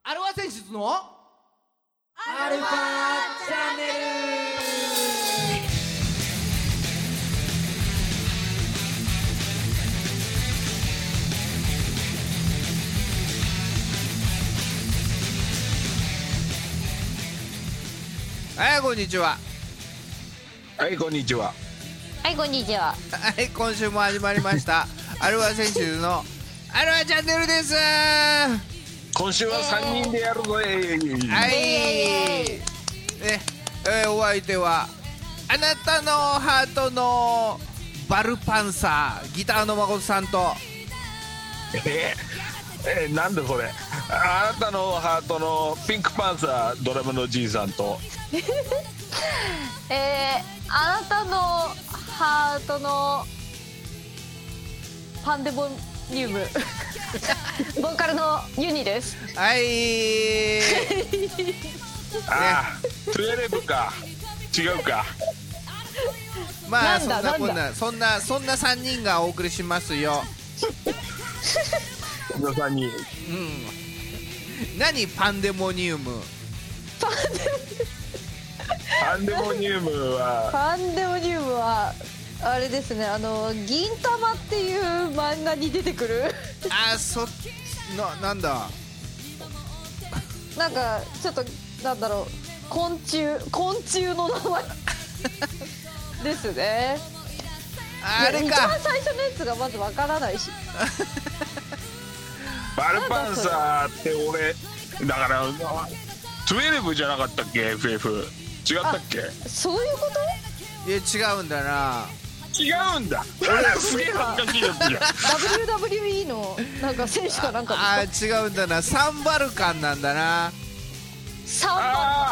アルファ選出のアルファチャンネル。 はい、こんにちは。 はいこんにちは。 はいこんにちは。 はい、今週も始まりましたアルファ選出のアルファチャンネルです。 今週は3人でやるぞ。 はい、お相手はあなたのハートのバルパンサーギターの誠さんと、 なんでそれ。あなたのハートのピンクパンサードラムのじいさんとあなたのハートのパンデモニウムボーカルのユニです。 はいああ12か違うか。 まあなんだそんな3人がお送りしますよ。 この3人。 何パンデモニウム。 パンデモニウムはパンデモニウムはあれですね、銀玉っていう漫画に出てくるなんだなんかちょっとなんだろう、昆虫の名前ですね。 あれ一番か。 最初のやつがまずわからないし。 バルパンサーって俺だから12じゃなかったっけ FF 違ったっけ。 そういうこいや違うんだな。 違うんだ。すげえ恥ずかしいやつじゃん。 と WWE のなんか選手かなんかですか。 違うんだな。サンバルカンなんだな。 サンバ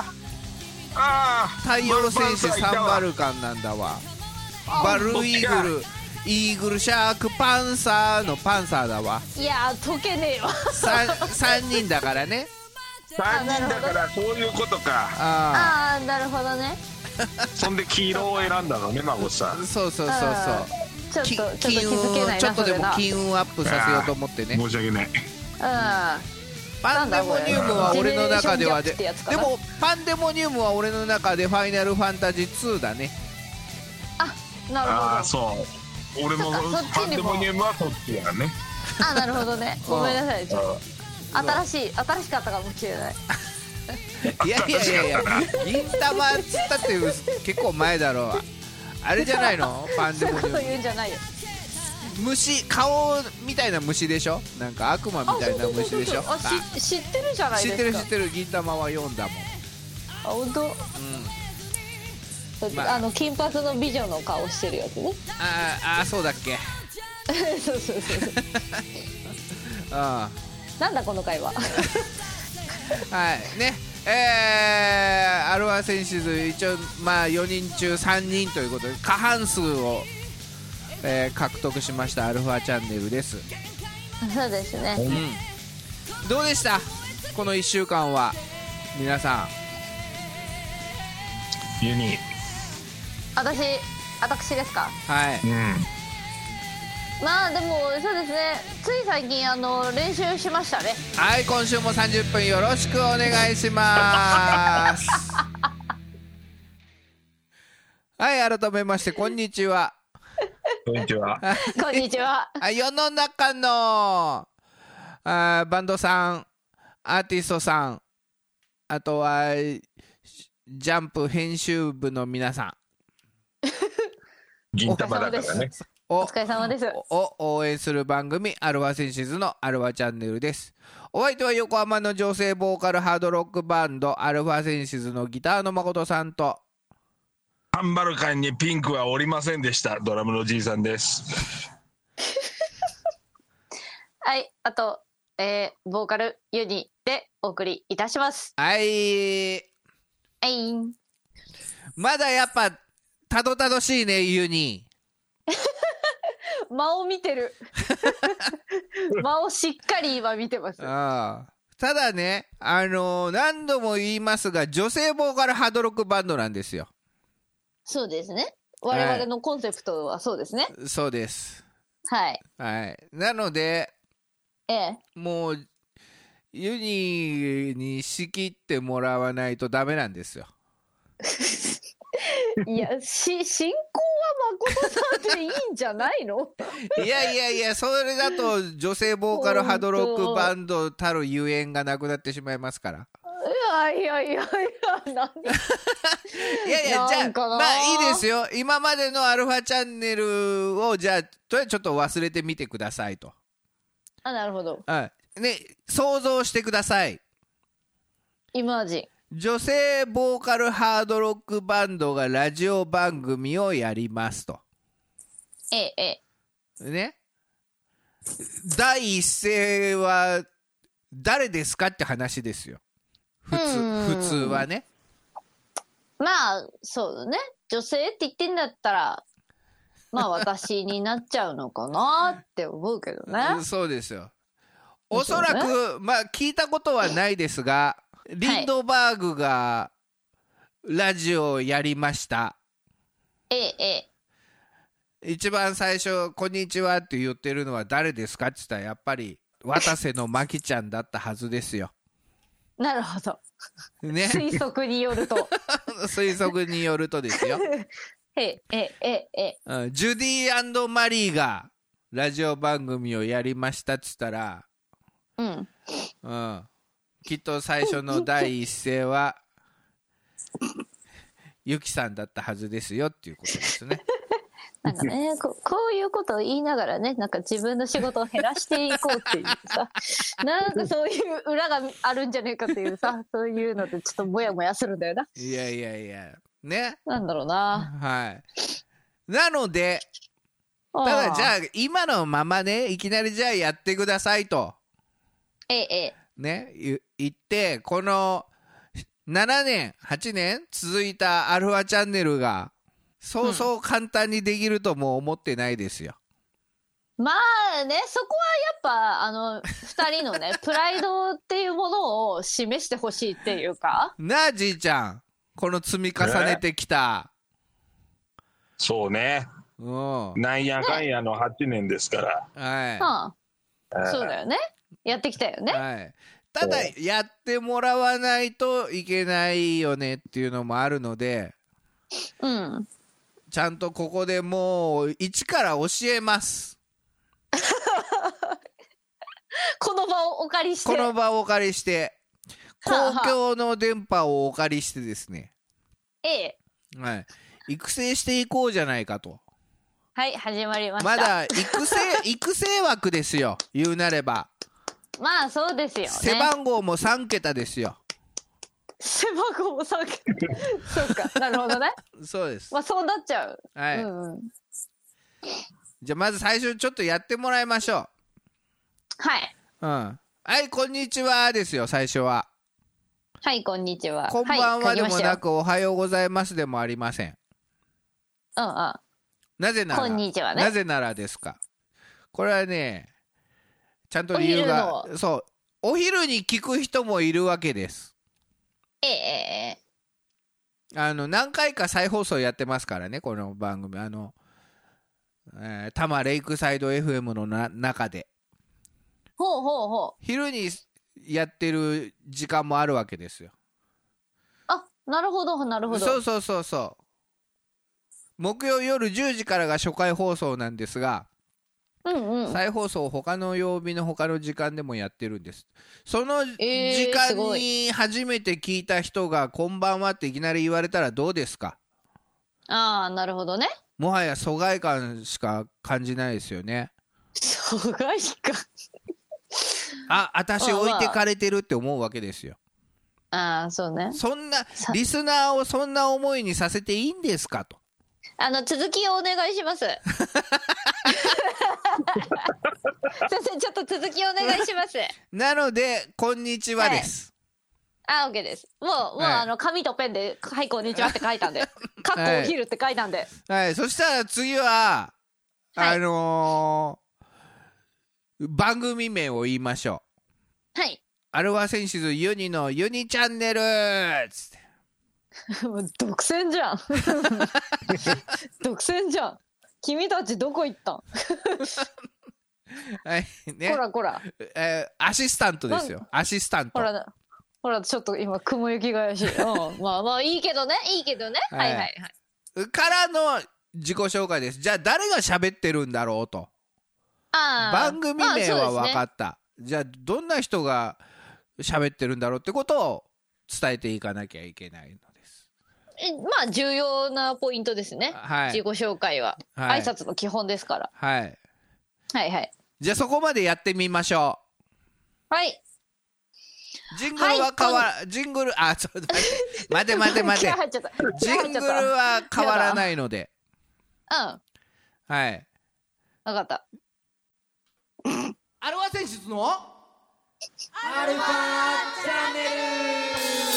太陽戦士サンバルカンなんだわ。バルイーグルシャークパンサーのパンサーだわ。 いや解けねえわ。 3人だからね。 3人だからそういうことか。 ああなるほどね。 そんで黄色を選んだのね孫さん。 そうちょっと気づけないな。 ちょっとでもそれ金運アップさせようと思ってね。 申し訳ない。 パンデモニウムは俺の中ではジェネレーションギャップってやつかな。 でもパンデモニウムは俺の中でファイナルファンタジー2だね。 なるほど。 ああそう俺もそっかそっちにもパンデモニウムはそっちやね。 あなるほどね。ごめんなさい。ちょっと新しかったかもしれない。 いや銀玉っつったって結構前だろう。あれじゃないのパンデそういうことモニウム。 言うんじゃないよ。 虫、顔みたいな虫でしょ。なんか悪魔みたいな虫でしょ。 知ってるじゃない知ですか。 ってる銀玉は読んだもん。 本当。金髪の美女の顔してるやつね。 そうだっけ。 そうなんだこの会話。 はいね。アルファセンシズ一応4人中3人ということで過半数を、獲得しましたアルファチャンネルです。 そうですね。 どうでしたこの1週間は皆さん。 ユニ。 私ですか。 はい。 まあでもそうですね、つい最近練習しましたね。 はい、今週も30分よろしくお願いしますはい、改めましてこんにちは。 こんにちは。 こんにちは。 世の中のバンドさん、アーティストさん、あとはジャンプ編集部の皆さん銀玉だからね。 お疲れ様です。 を応援する番組アルファセンシズのアルファチャンネルです。お相手は横浜の女性ボーカルハードロックバンドアルファセンシズのギターの誠さんと、 ハンバルカンにピンクはおりませんでしたドラムのじいさんです。 はい、あと、ボーカルユニでお送りいたします。 まだやっぱたどたどしいねユニ。 間を見てる。間をしっかり今見てます。 ただね、何度も言いますが女性ボーカルハードロックバンドなんですよ。 そうですね。我々のコンセプトはそうですね。 そうです。 はい。 なので、 ええ、 もうユニに仕切ってもらわないとダメなんですよ。 いや、進行は誠さんでいいんじゃないの？ いやいやいや、それだと女性ボーカルハードロックバンドたるゆえんがなくなってしまいますから。 いやいやいや、何？ いやいや、じゃなんかなあまあいいですよ。今までのアルファチャンネルをじゃあとりあえずちょっと忘れてみてくださいと。 なるほど。 ね、想像してください。 イマージン。 女性ボーカルハードロックバンドがラジオ番組をやりますと。ね。第一声は誰ですかって話ですよ。普通はね。 まあそうだね。女性って言ってんだったら、まあ私になっちゃうのかなって思うけどね。 そうですよ。おそらく、まあ聞いたことはないですが、リンドバーグがラジオをやりました。一番最初「こんにちは」って言ってるのは誰ですかって言ったらやっぱり渡瀬のまきちゃんだったはずですよ。 なるほど。 ね、 推測によると。 推測によるとですよ。ジュディ&マリーがラジオ番組をやりましたっつったら、きっと最初の第一声はユキさんだったはずですよっていうことですね。 なんかね、こういうことを言いながらね、なんか自分の仕事を減らしていこうっていうさ、なんかそういう裏があるんじゃねえかっていうさ、そういうのでちょっとモヤモヤするんだよな。 いやいやいやね、 なんだろうな。 はい。なのでただじゃあ今のままね、いきなりじゃあやってくださいとね言って、この7年8年続いたアルファチャンネルがそうそう簡単にできるとも思ってないですよ。 まあね、そこはやっぱ2人のねプライドっていうものを示してほしいっていうかなあ、じいちゃん、この積み重ねてきた、 そうね、なんやかんやの8年ですから、 はい、 そうだよね、やってきたよね、 はい、ただやってもらわないといけないよねっていうのもあるので、ちゃんとここでもう一から教えます。 この場をお借りして、 この場をお借りして、公共の電波をお借りしてですね、はい、育成していこうじゃないかと。 はい、始まりました。 まだ育成枠ですよ、言うなれば。 まあそうですよね。 背番号も3桁ですよ。 背番号も3桁そうか、なるほどね。 そうです。 まあそうなっちゃう。 はい、じゃあまず最初ちょっとやってもらいましょう。 はい、 はい、こんにちはですよ、最初は。 はい、こんにちは。 こんばんはでもなく、おはようございますでもありません。なぜなら、 こんにちはね。 なぜならですか。これはね、ちゃんと理由が、そう、お昼に聞く人もいるわけです。何回か再放送やってますからね、この番組。多摩レイクサイド FM の中で。昼にやってる時間もあるわけですよ。 あ、なるほどなるほど。 そう木曜夜10時からが初回放送なんですが、再放送他の曜日の他の時間でもやってるんです。その時間に初めて聞いた人がこんばんはっていきなり言われたらどうですか。 なるほどね。 もはや疎外感しか感じないですよね。 疎外感私置いてかれてるって思うわけですよ。 そうね。 そんなリスナーをそんな思いにさせていいんですかと。 続きをお願いします。先生、ちょっと続きお願いします。 なのでこんにちはです。 OK です。もう紙とペンではいこんにちはって書いたんで、かっこお昼って書いたんで。 はい、そしたら次は番組名を言いましょう。はい。 アルファセンシズユニのユニチャンネルーつって。 独占じゃん。独占じゃん。君たちどこ行ったん。 はいね、 こらこらアシスタントですよ、アシスタント。 ほらちょっと今雲行きが怪しい。まあまあいいけどね、はいはいはい。 からの自己紹介です。じゃあ誰が喋ってるんだろうと。番組名は分かった、じゃあどんな人が喋ってるんだろうってことを伝えていかなきゃいけないのです。 まあ重要なポイントですね、 はい、 自己紹介は、 はい、 挨拶の基本ですから、 はい、 はいはい。 じゃあそこまでやってみましょう。はい。 ジングルはジングルちょっと待てジングルは変わらないので。はい、 分かった。 アルファ選出のアルファチャンネル。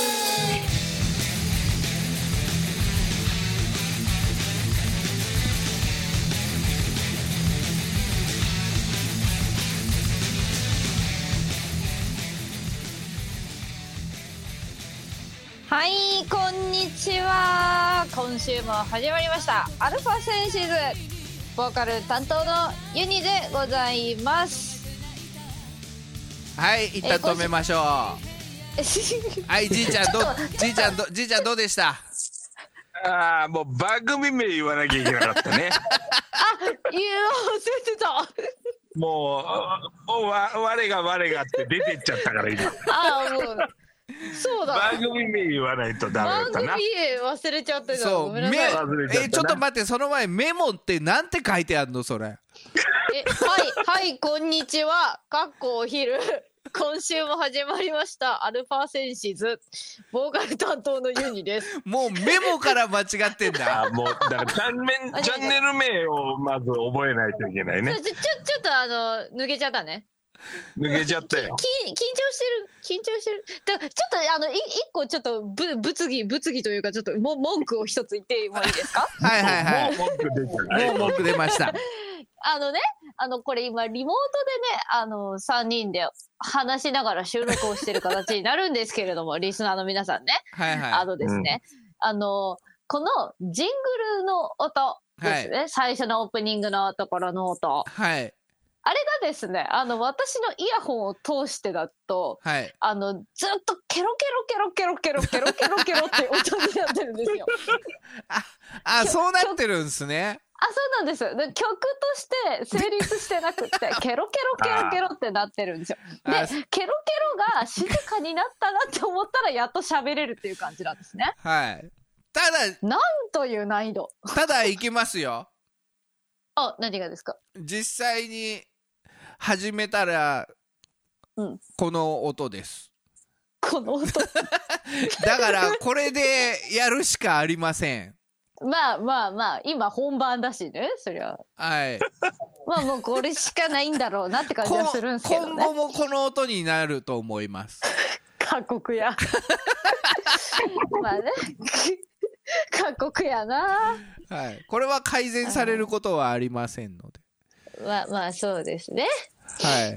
はい、こんにちは。今週も始まりましたアルファセンシズ、ボーカル担当のユニでございます。 はい、一旦止めましょう。はい、じいちゃんどうでした？ もう番組名言わなきゃいけなかったね。 言う忘れてた。 もう我がって出てっちゃったから今。 もうそうだ、 番組名言わないとダメだったな。 番組名忘れちゃってた。 そう、 ごめんなさい。 ちょっと待って、その前メモってなんて書いてあるのそれ。 はいこんにちは、かっこお昼。今週も始まりましたアルファセンシズ、ボーカル担当のユニです。 もうメモから間違ってんだ。 もうだからチャンネル名をまず覚えないといけないね。 ちょっと抜けちゃったね。 抜けちゃったよ。 緊張してる。ちょっと一個ちょっと物議というか、ちょっと文句を一つ言ってもいいですか？ はい。 もう文句出ました。 これ今リモートでね、3人で話しながら収録をしてる形になるんですけれども、リスナーの皆さんね。ですね、このジングルの音ですね、最初のオープニングのところの音。 はい。 あれがですね、私のイヤホンを通してだと、ずっとケロケロって音になってるんですよ。 そうなってるんですね。 そうなんです。で、曲として成立してなくて、ケロケロってなってるんですよ。で、ケロが静かになったなって思ったら、やっと喋れるっていう感じなんですね。 はい。ただ、 なんという難易度。 ただいきますよ。 何がですか？ 実際に始めたら、この音です。 この音だからこれでやるしかありません。 まあ今本番だしね、そりゃ。 はい。 もうこれしかないんだろうなって感じはするんですけどね。 今後もこの音になると思います。 過酷や。まあね。過酷やな。 はい。これは改善されることはありませんので。 まあそうですね。 はい。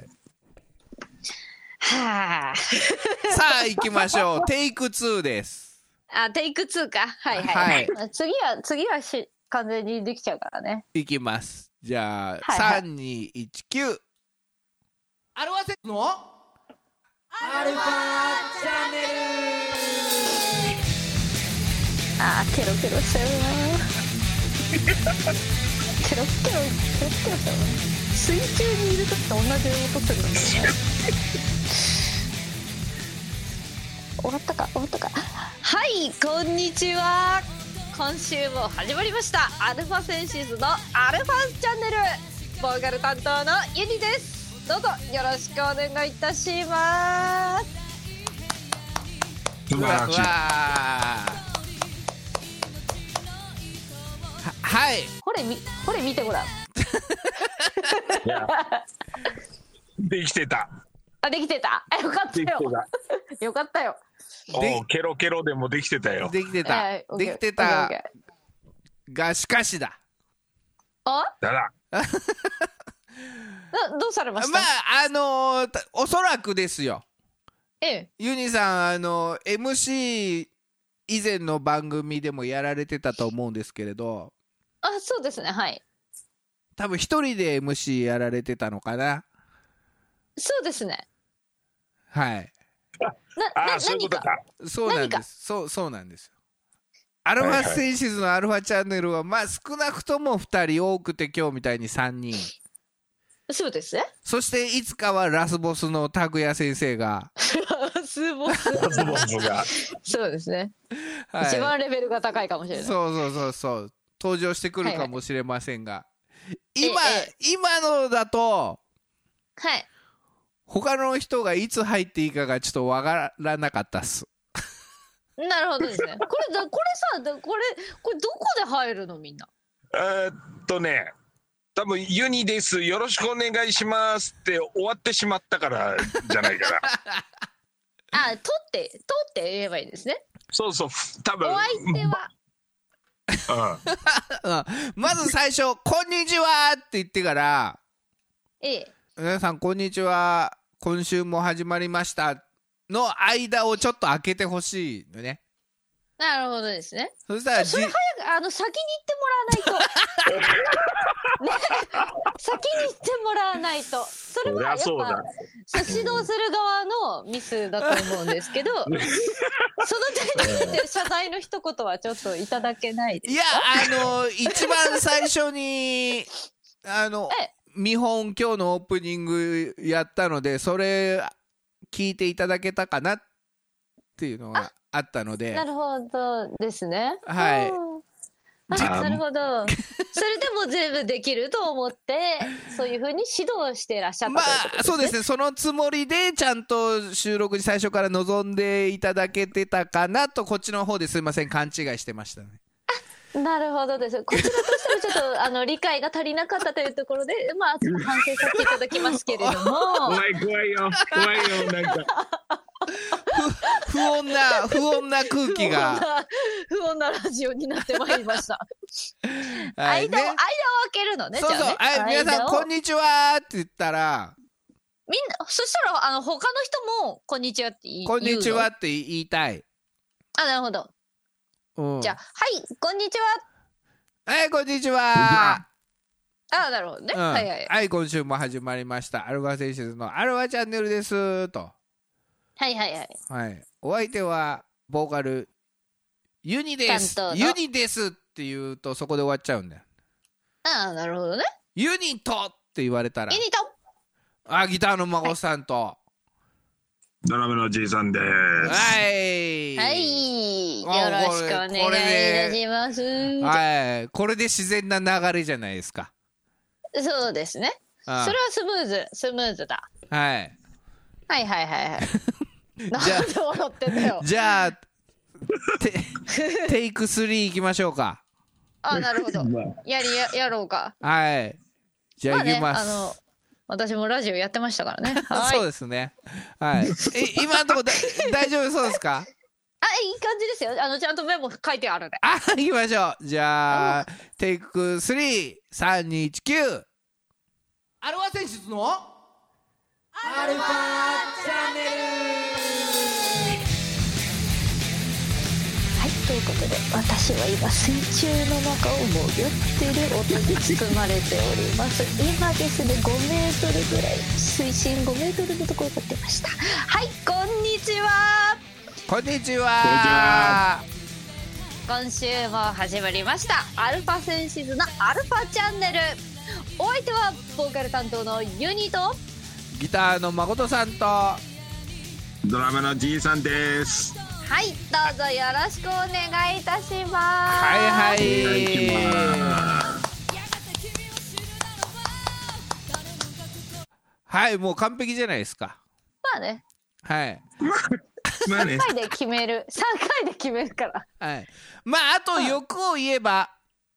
さあ行きましょう。テイク2です。 テイク2か。はい。次は完全にできちゃうからね。 いきます。じゃあ、3、2、1、9。アルファセのアルファチャンネル。 ケロケロしちゃうな。ケロしちゃうな。水中にいるときと同じ音するんだよね。終わったか。はい、こんにちは。今週も始まりましたアルファセンシズのアルファチャンネル、ボーカル担当のユニです。どうぞよろしくお願いいたします。 素晴らしい。 はい。 これ見てごらん。 できてた。 できてた。よかったよ。よかったよ。 ケロケロでもできてたよ。 できてた。がしかしだ。 だら。 どうされました？ おそらくですよ。ユニさんMC 以前の番組でもやられてたと思うんですけれど。 そうですね、はい。 多分一人で MC やられてたのかな。 そうですね。 はいそういうことか。 そうなんです。そうなんですよ。アルファセンシズのアルファチャンネルはまあ少なくとも2人、多くて今日みたいに3人。 そうですね。 そしていつかはラスボスの拓也先生がラスボスがそうですね、 はい、 一番レベルが高いかもしれない。 そう登場してくるかもしれませんが、 い今のだとはい他の人がいつ入っていいかがちょっとわからなかったっす。 なるほどですね。これどこで入るのみんな。 ね、多分ユニですよろしくお願いしますって終わってしまったからじゃないかな。 あ、取って言えばいいですね。 そう多分お相手はまず最初「こんにちは」って言ってから皆さんこんにちは、今週も始まりましたの間をちょっと開けてほしいのね。 なるほどですね。 そしたらそれ早く先に言ってもらわないとね、先に言ってもらわないと、それはやっぱそりゃそうだ指導する側のミスだと思うんですけどそのタイミングで謝罪の一言はちょっといただけないですか。 いや一番最初に見本今日のオープニングやったのでそれ聞いていただけたかなっていうのがあったので。 なるほどですね。 はい。 なるほど。それでも全部できると思ってそういう風に指導していらっしゃったということですね。 そうですね。そのつもりでちゃんと収録に最初から臨んでいただけてたかなとこっちの方ですいません勘違いしてましたね。 なるほどです。こちらとしてはちょっと理解が足りなかったというところでちょっと反省させていただきますけれども怖いよなんか不穏な空気が不穏なラジオになってまいりました。 はい、 間を空けるのね。 そうじゃあね、 皆さんこんにちはって言ったらみんなそしたら他の人もこんにちはって言うの。 こんにちはって言いたい。 なるほど。じゃあはいこんにちは。 はいこんにちは。 なるほどね。はい今週も始まりましたアルファセンシズのアルファチャンネルですと。はい。お相手はボーカルユニです。ユニですって言うとそこで終わっちゃうんだよ。 なるほどね。 ユニとって言われたらユニとギターの孫さんと、 ドラムのじいさんです。 はいよろしくお願いいたします。 はい、これで自然な流れじゃないですか。 そうですね。それはスムーズだ。はいなんで笑ってんだよ。 じゃあテイク3いきましょうか。 なるほど。やろうか。 はい。じゃあいきます。 私もラジオやってましたからね。 そうですね。はい。今のところ大丈夫そうですか？ いい感じですよ。ちゃんとメモ書いてあるんで。 行きましょう。じゃあテイク3、3、2、1、9。アルファ選出のアルファチャンネル。 ということで私は今水中の中を潜ってる音に包まれております。今ですね5メートルぐらい水深5メートルのところになってました。はいこんにちは。 こんにちは。 今週も始まりましたアルファセンシズのアルファチャンネル。お相手はボーカル担当のユニとギターの誠さんとドラムのじいさんです。 はいどうぞよろしくお願いいたします。 はいもう完璧じゃないですか。 ねはい 3回で決めるから。 はいあと欲を言えば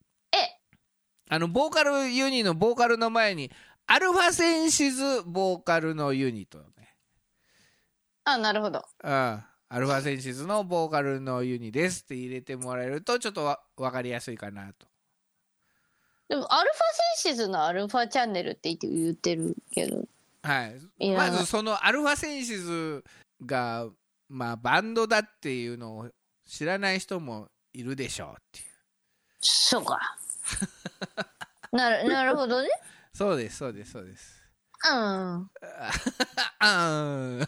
ボーカルユニのボーカルの前にアルファセンシズボーカルのユニとね。 なるほど。 アルファセンシズのボーカルのユニですって入れてもらえるとちょっと分かりやすいかなと。 でもアルファセンシズのアルファチャンネルって言ってるけど、 はい、まずそのアルファセンシズがバンドだっていうのを知らない人もいるでしょうっていう。 そうかなるほどね。 そうですそうですそうです。 うん。 あー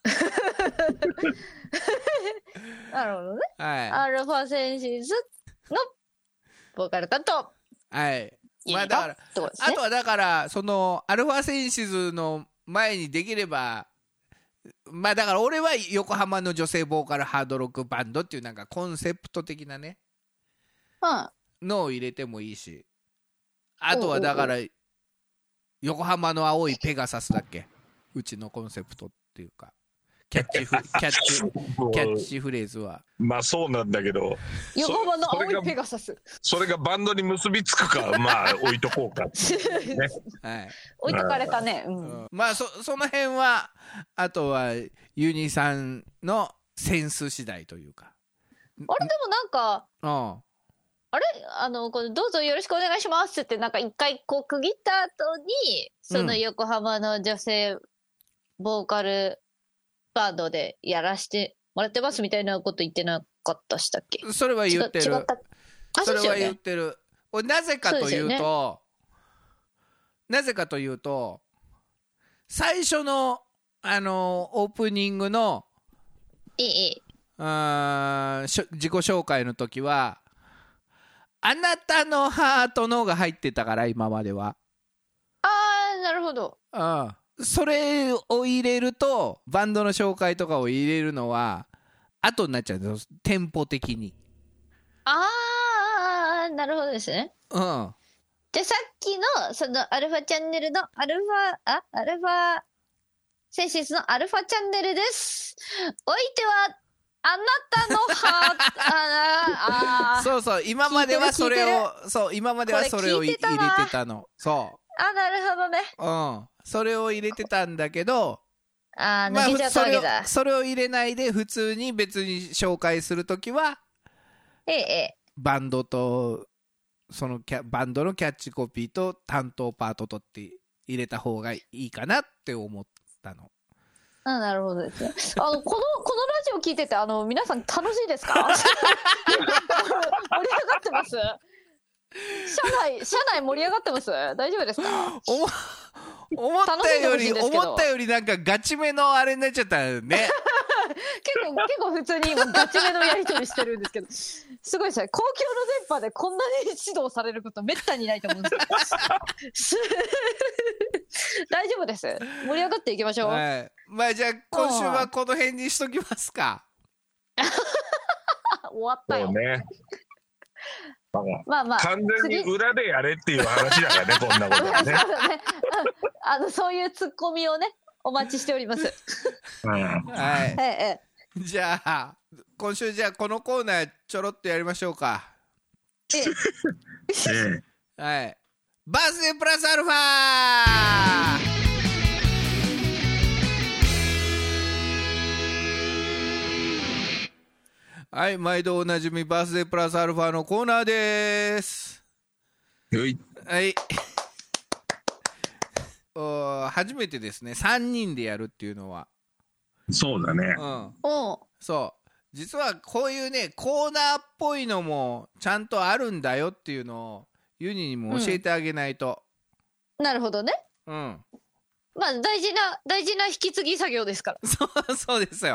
なるほどね。 はアルファセンシズのボーカル担当。 いはいいいまあだからってことですねあとはだからそのアルファセンシズの前にできればまあだから俺は横浜の女性ボーカルハードロックバンドっていうなんかコンセプト的なねのを入れてもいいし、あとはだから横浜の青いペガサスだっけ、うちのコンセプトっていうかキャッチフレーズはまあそうなんだけど、 横浜の青いペガサス。 それがバンドに結びつくかまあ置いとこうかっていうね。 はい、 置いとかれたね。 まあその辺はあとはユニさんのセンス次第というか。 あれでもなんかあれこれどうぞよろしくお願いしますってなんか一回こう区切った後にその横浜の女性ボーカルバンドでやらしてもらってますみたいなこと言ってなかったしたっけ？ それは言ってる。 違った。 それは言ってる。なぜかというと、なぜかというと最初のオープニングの自己紹介の時はあなたのハートのが入ってたから、今までは。 なるほど。 それを入れるとバンドの紹介とかを入れるのは後になっちゃうんですよ、テンポ的に。 なるほどですね。じゃあさっきのそのアルファチャンネルのアルファセンシスのアルファチャンネルです。おいてはあなたのハートそうそう、今まではそれを入れてたの。そうなるほどね。 それを入れてたんだけど、 抜けちゃったわけだ。 それを入れないで普通に別に紹介するときは、バンドとそのバンドのキャッチコピーと担当パートとって入れた方がいいかなって思ったの。 なるほどですね。このラジオ聞いてて皆さん楽しいですか？盛り上がってます？社内盛り上がってます？大丈夫ですか？ 思ったよりなんかガチめのあれになっちゃったよね。 結構普通に今ガチめのやり取りしてるんですけど、すごいですね。公共の電波でこんなに指導されることめったにないと思うんです大丈夫です。盛り上がっていきましょう。 まあじゃあ今週はこの辺にしときますか。 終わったよ。 ね、 まあ完全に裏でやれっていう話だからねこんなことはね。 そういうツッコミをねお待ちしております。 じゃあ今週じゃあこのコーナーちょろっとやりましょうか。はい。バースデープラスアルファ。はい、毎度おなじみバースデープラスアルファのコーナーです。はい。初めてですね、3人でやるっていうのは。 そうだね。 そう。実はこういうね、コーナーっぽいのもちゃんとあるんだよっていうのをユニにも教えてあげないと。 なるほどね。まあ大事な引き継ぎ作業ですから。 そうですよ。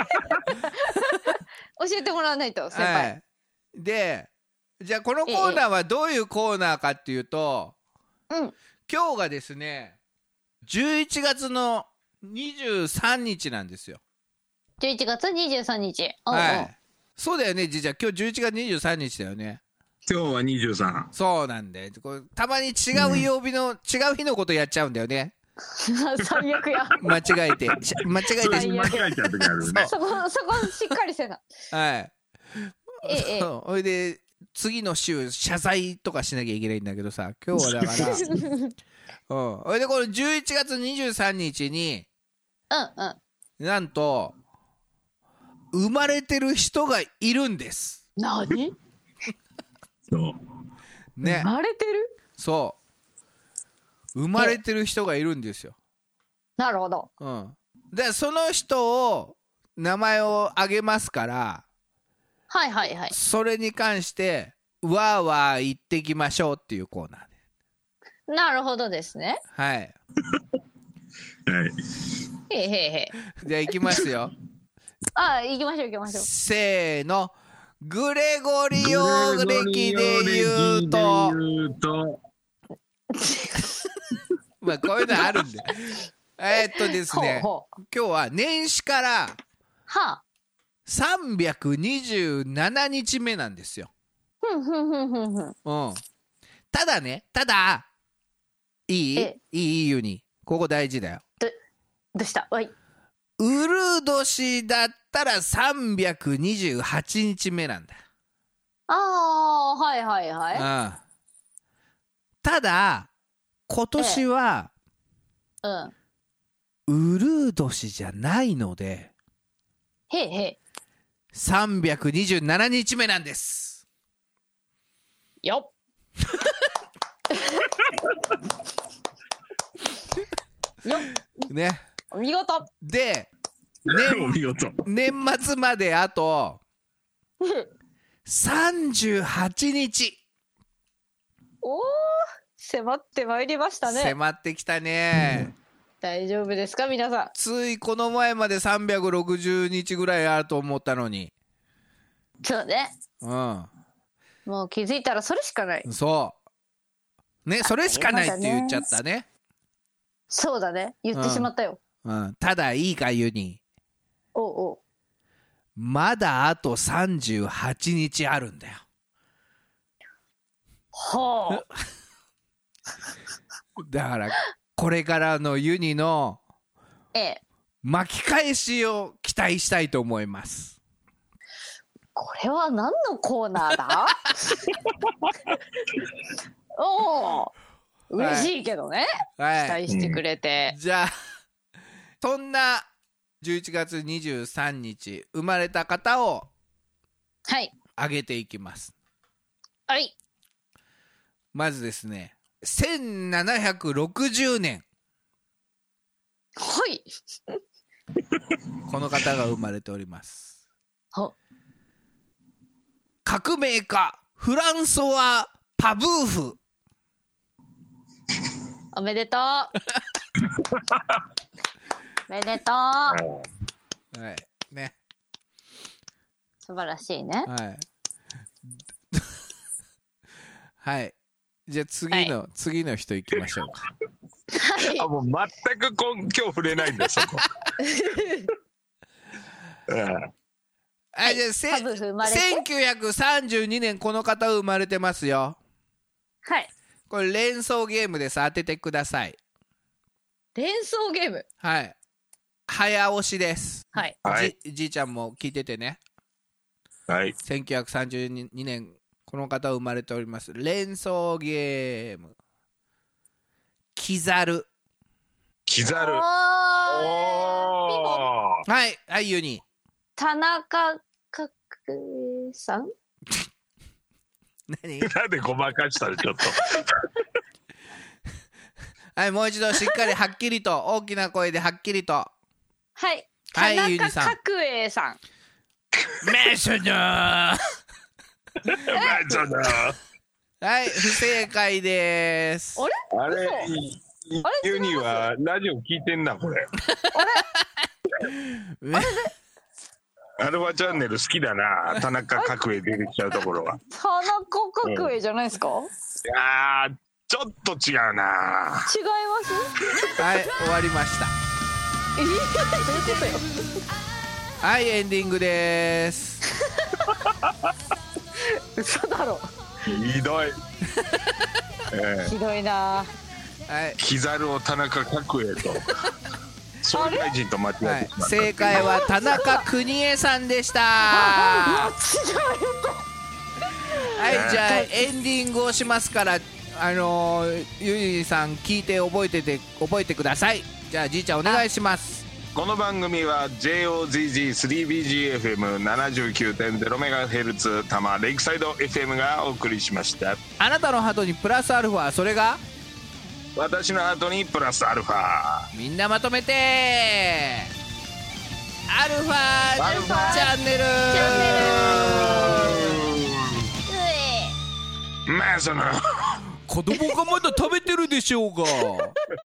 教えてもらわないと先輩。 で、じゃあこのコーナーはどういうコーナーかっていうと、今日がですね、11月の23日なんですよ。 11月23日。 そうだよね、じゃあ今日11月23日だよね。 今日は23。 そうなんで、たまに違う曜日の、違う日のことやっちゃうんだよね。 最悪や。 間違えて間違えちゃう時あるね。 そこしっかりせな。 それで次の週謝罪とかしなきゃいけないんだけどさ、今日はだからそれでこの11月23日になんと生まれてる人がいるんです。 何？ ね、 生まれてる？ 生まれてる人がいるんですよ。 なるほど。 でその人を名前を挙げますから、それに関してわーわー言ってきましょうっていうコーナーで。 なるほどですね。 はい。 はい。 へいへいへい。 じゃあ行きますよ。 行きましょう行きましょう。 せーの。グレゴリオ歴で言うと、まあこういうのあるんで。ですね、 ほうほう。 今日は年始からはあ。 327日目なんですよ。 ふんふんふんふんふん。 うん。ただいいユニ、ここ大事だよ。 どうしたわい。 ウル年だったら328日目なんだ。 はいはいはい。 うん。ただ今年はウル年じゃないので、 へいへ 327日目なんです。 い。よっ。よっ。 ね。 お見事。 で、 お見事。 年末まであと38日。 おー、迫ってまいりましたね。 迫ってきたね。 大丈夫ですか皆さん。 ついこの前まで360日ぐらいあると思ったのに。 そうね。 うもう気づいたらそれしかない。 ん。そうね、それしかないって言っちゃったね。 そうだね。言ってしまったよ。 うん。ただいいかユニ、 おうおう。 まだあと38日あるんだよ。 はあ。 だからこれからのユニの巻き返しを期待したいと思います。 これは何のコーナーだ？おお、嬉しいけどね。 はい。 期待してくれて。 じゃあそんな11月23日生まれた方をはい。 挙げていきます。 はい。 まずですね、1760年はい。 この方が生まれております。 は。 革命家フランソワ・パブーフ。 おめでとう。おめでとう。 はいね。 素晴らしいね。 はいはい。じゃあ次の人行きましょうか。 はい。 あ、もう全く今日触れないんだそこ。 はい、じゃあパブーフ生まれて 1932年この方生まれてますよ。 はい。 これ連想ゲームです。当ててください。 連想ゲーム。 はい。早押しです。 はい。 はいじいちゃんも聞いててね。 はい。 1932年この方生まれております。連想ゲーム。キザル。 キザル。 おー。 おー。 はいはいユニ。 田中角栄さん。 何？ なんでごまかしたのちょっと。 はいもう一度しっかりはっきりと大きな声ではっきりと。 はい。 はい田中ゆりさん角栄さん。 メスナー。 ちょっとはい不正解です。 あれ？ あれユニはラジオ聞いてんなこれ。アルファチャンネル好きだな。田中角栄出てきちゃうところが。 田中角栄じゃないですか？ いやーちょっと違うな。 違いますはい終わりました。 どういうことよ。 はいエンディングです嘘だろ。 ひどい。 ひどいな。 はい、 キザルを田中角栄と総理大臣と間違はいえてしまった。 正解は田中邦衛さんでしたは違いじゃあエンディングをしますからゆいさん聞いて覚えてください。じゃあじいちゃんお願いします。 この番組は JOZZ3BGFM79.0MHz 多摩レイクサイド FM がお送りしました。 あなたのハートにプラスアルファ、それが私の後にプラスアルファ。 みんなまとめてアルファチャンネル。 まあその子供がまだ食べてるでしょうが